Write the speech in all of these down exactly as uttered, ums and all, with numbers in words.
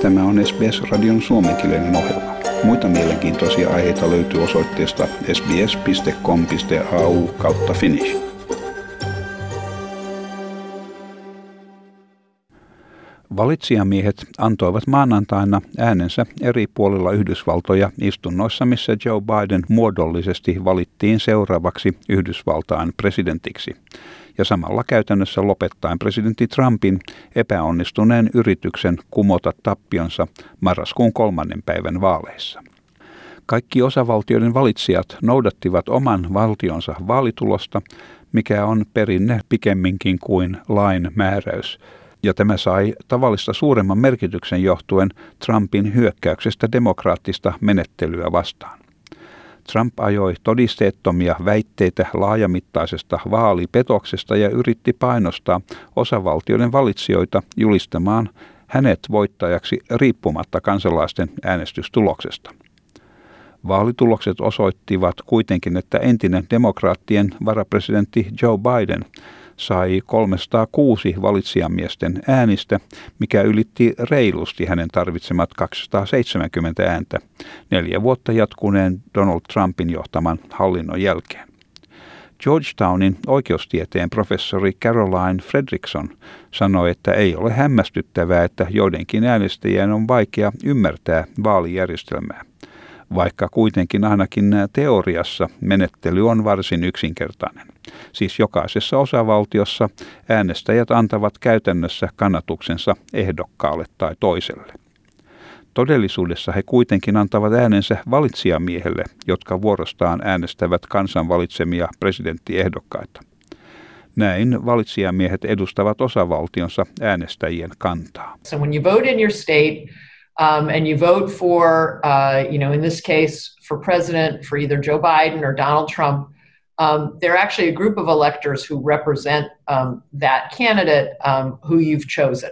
Tämä on S B S-radion suomenkielinen ohjelma. Muita mielenkiintoisia aiheita löytyy osoitteesta sbs piste com piste a u kautta finnish. Valitsijamiehet antoivat maanantaina äänensä eri puolilla Yhdysvaltoja istunnoissa, missä Joe Biden muodollisesti valittiin seuraavaksi Yhdysvaltain presidentiksi ja samalla käytännössä lopettaen presidentti Trumpin epäonnistuneen yrityksen kumota tappionsa marraskuun kolmannen päivän vaaleissa. Kaikki osavaltioiden valitsijat noudattivat oman valtionsa vaalitulosta, mikä on perinne pikemminkin kuin lain määräys, ja tämä sai tavallista suuremman merkityksen johtuen Trumpin hyökkäyksestä demokraattista menettelyä vastaan. Trump ajoi todisteettomia väitteitä laajamittaisesta vaalipetoksesta ja yritti painostaa osavaltioiden valitsijoita julistamaan hänet voittajaksi riippumatta kansalaisten äänestystuloksesta. Vaalitulokset osoittivat kuitenkin, että entinen demokraattien varapresidentti Joe Biden sai kolmesataakuusi valitsijamiesten äänistä, mikä ylitti reilusti hänen tarvitsemat kaksisataaseitsemänkymmentä ääntä neljä vuotta jatkuneen Donald Trumpin johtaman hallinnon jälkeen. Georgetownin oikeustieteen professori Caroline Fredrickson sanoi, että ei ole hämmästyttävää, että joidenkin äänestäjien on vaikea ymmärtää vaalijärjestelmää, vaikka kuitenkin ainakin teoriassa menettely on varsin yksinkertainen. Siis jokaisessa osavaltiossa äänestäjät antavat käytännössä kannatuksensa ehdokkaalle tai toiselle. Todellisuudessa he kuitenkin antavat äänensä valitsijamiehelle, jotka vuorostaan äänestävät kansan valitsemia presidenttiehdokkaita. Näin valitsijamiehet edustavat osavaltionsa äänestäjien kantaa. So when you vote in your state um, and you vote for, uh, you know, in this case for president, for either Joe Biden or Donald Trump, um, they're actually a group of electors who represent um, that candidate um, who you've chosen.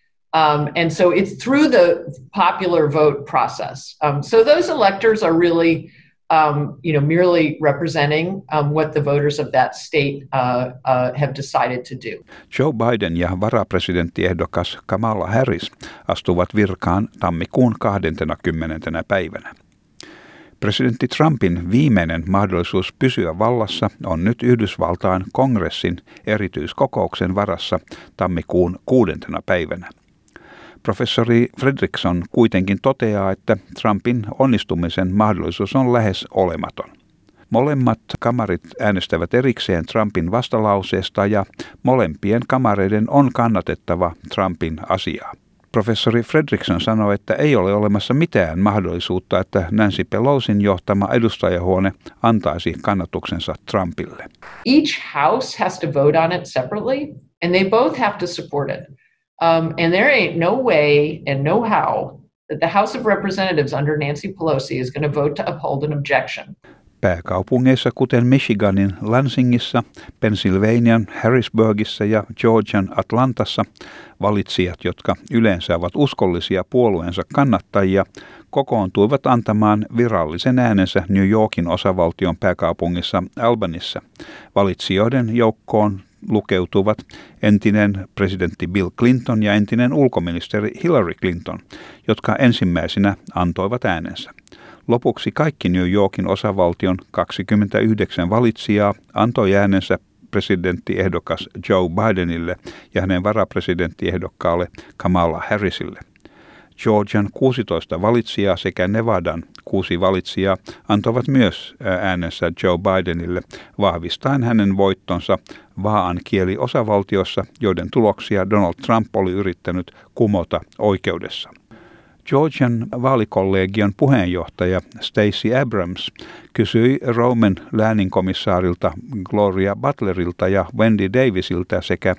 Um, and so it's through the popular vote process. Um, so those electors are really, um, you know, merely representing um, what the voters of that state uh, uh, have decided to do. Joe Biden ja varapresidenttiehdokas Kamala Harris astuvat virkaan tammikuun kahdeskymmenes päivänä. Presidentti Trumpin viimeinen mahdollisuus pysyä vallassa on nyt Yhdysvaltain kongressin erityiskokouksen varassa tammikuun kuudentena päivänä. Professori Fredrickson kuitenkin toteaa, että Trumpin onnistumisen mahdollisuus on lähes olematon. Molemmat kamarit äänestävät erikseen Trumpin vastalauseesta ja molempien kamareiden on kannatettava Trumpin asiaa. Professori Fredrickson sanoi, että ei ole olemassa mitään mahdollisuutta, että Nancy Pelosin johtama edustajahuone antaisi kannatuksensa Trumpille. Each house has to vote on it separately, and they both have to support it. Um, and there ain't no way and no how that the House of Representatives under Nancy Pelosi is going to vote to uphold an objection. Pääkaupungeissa kuten Michiganin Lansingissa, Pennsylvanian Harrisburgissa ja Georgian Atlantassa valitsijat, jotka yleensä ovat uskollisia puolueensa kannattajia, kokoontuivat antamaan virallisen äänensä New Yorkin osavaltion pääkaupungissa Albanyssa. Valitsijoiden joukkoon lukeutuvat entinen presidentti Bill Clinton ja entinen ulkoministeri Hillary Clinton, jotka ensimmäisenä antoivat äänensä. Lopuksi kaikki New Yorkin osavaltion kaksikymmentäyhdeksän valitsijaa antoi äänensä presidenttiehdokas Joe Bidenille ja hänen varapresidenttiehdokkaalle Kamala Harrisille. Georgian kuusitoista valitsijaa sekä Nevadan kuusi valitsijaa antoivat myös äänensä Joe Bidenille vahvistaen hänen voittonsa vaan kieli osavaltiossa, joiden tuloksia Donald Trump oli yrittänyt kumota oikeudessa. Georgian vaalikollegion puheenjohtaja Stacey Abrams kysyi Roman lääninkomissaarilta Gloria Butlerilta ja Wendy Davisilta sekä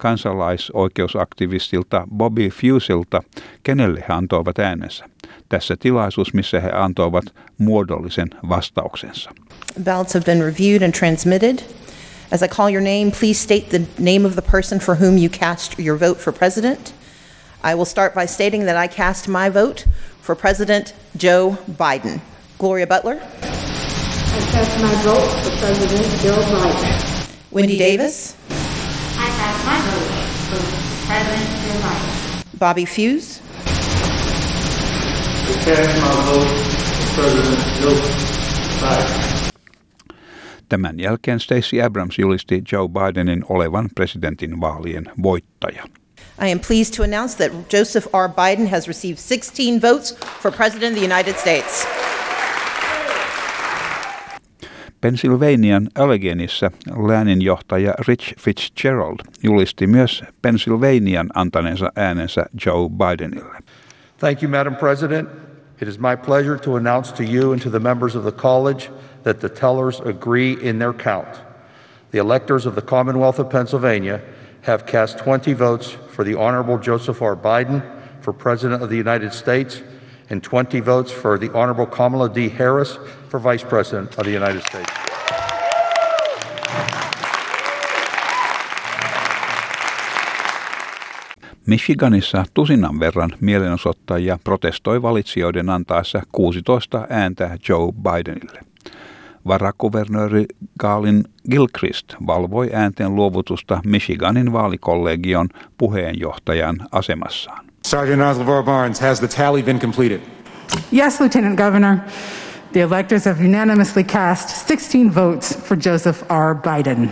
kansalaisoikeusaktivistilta Bobby Fuselta, kenelle he antoivat äänensä. Tässä tilaisuus, missä he antoivat muodollisen vastauksensa. Ballots have been reviewed and transmitted. As I call your name, please state the name of the person for whom you cast your vote for president. I will start by stating that I cast my vote for President Joe Biden. Gloria Butler. I cast my vote for President Joe Biden. Wendy Davis. I cast my vote for President Joe Biden. Bobby Fuse. to cast my vote for President Joe Biden. Tämän jälkeen Stacey Abrams julisti Joe Bidenin olevan presidentin vaalien voittaja. I am pleased to announce that Joseph R. Biden has received sixteen votes for President of the United States. Pennsylvanian Alleghenissa lääninjohtaja Rich Fitzgerald julisti myös Pennsylvanian antaneensa äänensä Joe Bidenille. Thank you, Madam President. It is my pleasure to announce to you and to the members of the college that the tellers agree in their count. The electors of the Commonwealth of Pennsylvania have cast twenty votes for the Honorable Joseph R. Biden for President of the United States and twenty votes for the Honorable Kamala D. Harris for Vice President of the United States. Michiganissa tusinan verran mielenosoittajia protestoi valitsijoiden antaessa kuusitoista ääntä Joe Bidenille. Varakuvernööri Galen Gilchrist valvoi äänten luovutusta Michiganin vaalikollegion puheenjohtajan asemassaan. Sergeant Oslevar Barnes, has the tally been completed? Yes, Lieutenant Governor. The electors have unanimously cast sixteen votes for Joseph R. Biden.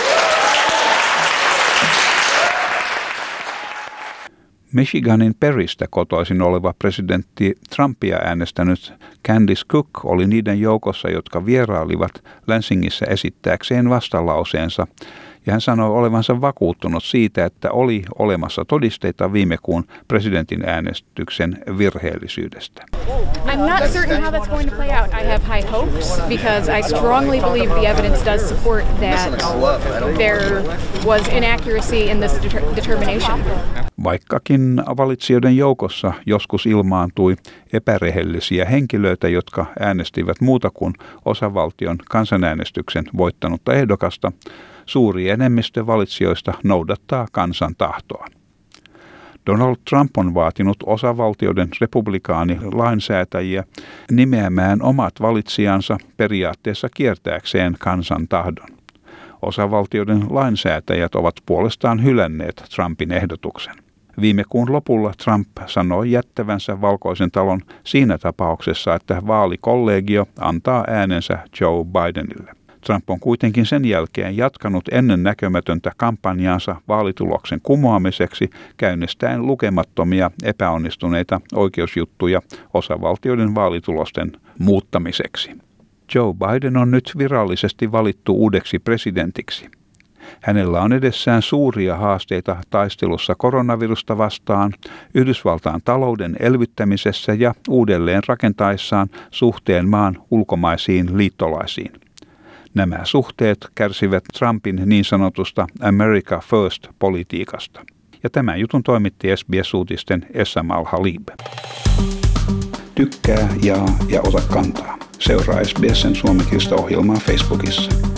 Michiganin Perrystä kotoisin oleva presidentti Trumpia äänestänyt Candice Cook oli niiden joukossa, jotka vierailivat Lansingissä esittääkseen vastalauseensa, ja hän sanoi olevansa vakuuttunut siitä, että oli olemassa todisteita viime kuun presidentin äänestyksen virheellisyydestä. I'm not certain how that's going to play out. I have high hopes because I strongly believe the evidence does support that there was inaccuracy in this deter- determination. Vaikkakin valitsijoiden joukossa joskus ilmaantui epärehellisiä henkilöitä, jotka äänestivät muuta kuin osavaltion kansanäänestyksen voittanutta ehdokasta, suuri enemmistö valitsijoista noudattaa kansan tahtoa. Donald Trump on vaatinut osavaltioiden republikaanilainsäätäjiä nimeämään omat valitsijansa periaatteessa kiertääkseen kansan tahdon. Osavaltioiden lainsäätäjät ovat puolestaan hylänneet Trumpin ehdotuksen. Viime kuun lopulla Trump sanoi jättävänsä Valkoisen talon siinä tapauksessa, että vaalikollegio antaa äänensä Joe Bidenille. Trump on kuitenkin sen jälkeen jatkanut ennennäkemätöntä kampanjaansa vaalituloksen kumoamiseksi käynnistäen lukemattomia epäonnistuneita oikeusjuttuja osavaltioiden vaalitulosten muuttamiseksi. Joe Biden on nyt virallisesti valittu uudeksi presidentiksi. Hänellä on edessään suuria haasteita taistelussa koronavirusta vastaan, Yhdysvaltain talouden elvyttämisessä ja uudelleen rakentaessaan suhteen maan ulkomaisiin liittolaisiin. Nämä suhteet kärsivät Trumpin niin sanotusta America First-politiikasta. Ja tämän jutun toimitti S B S-uutisten Essam Al-Halib. Tykkää, jaa ja ota kantaa. Seuraa S B S:n suomenkielistä ohjelmaa Facebookissa.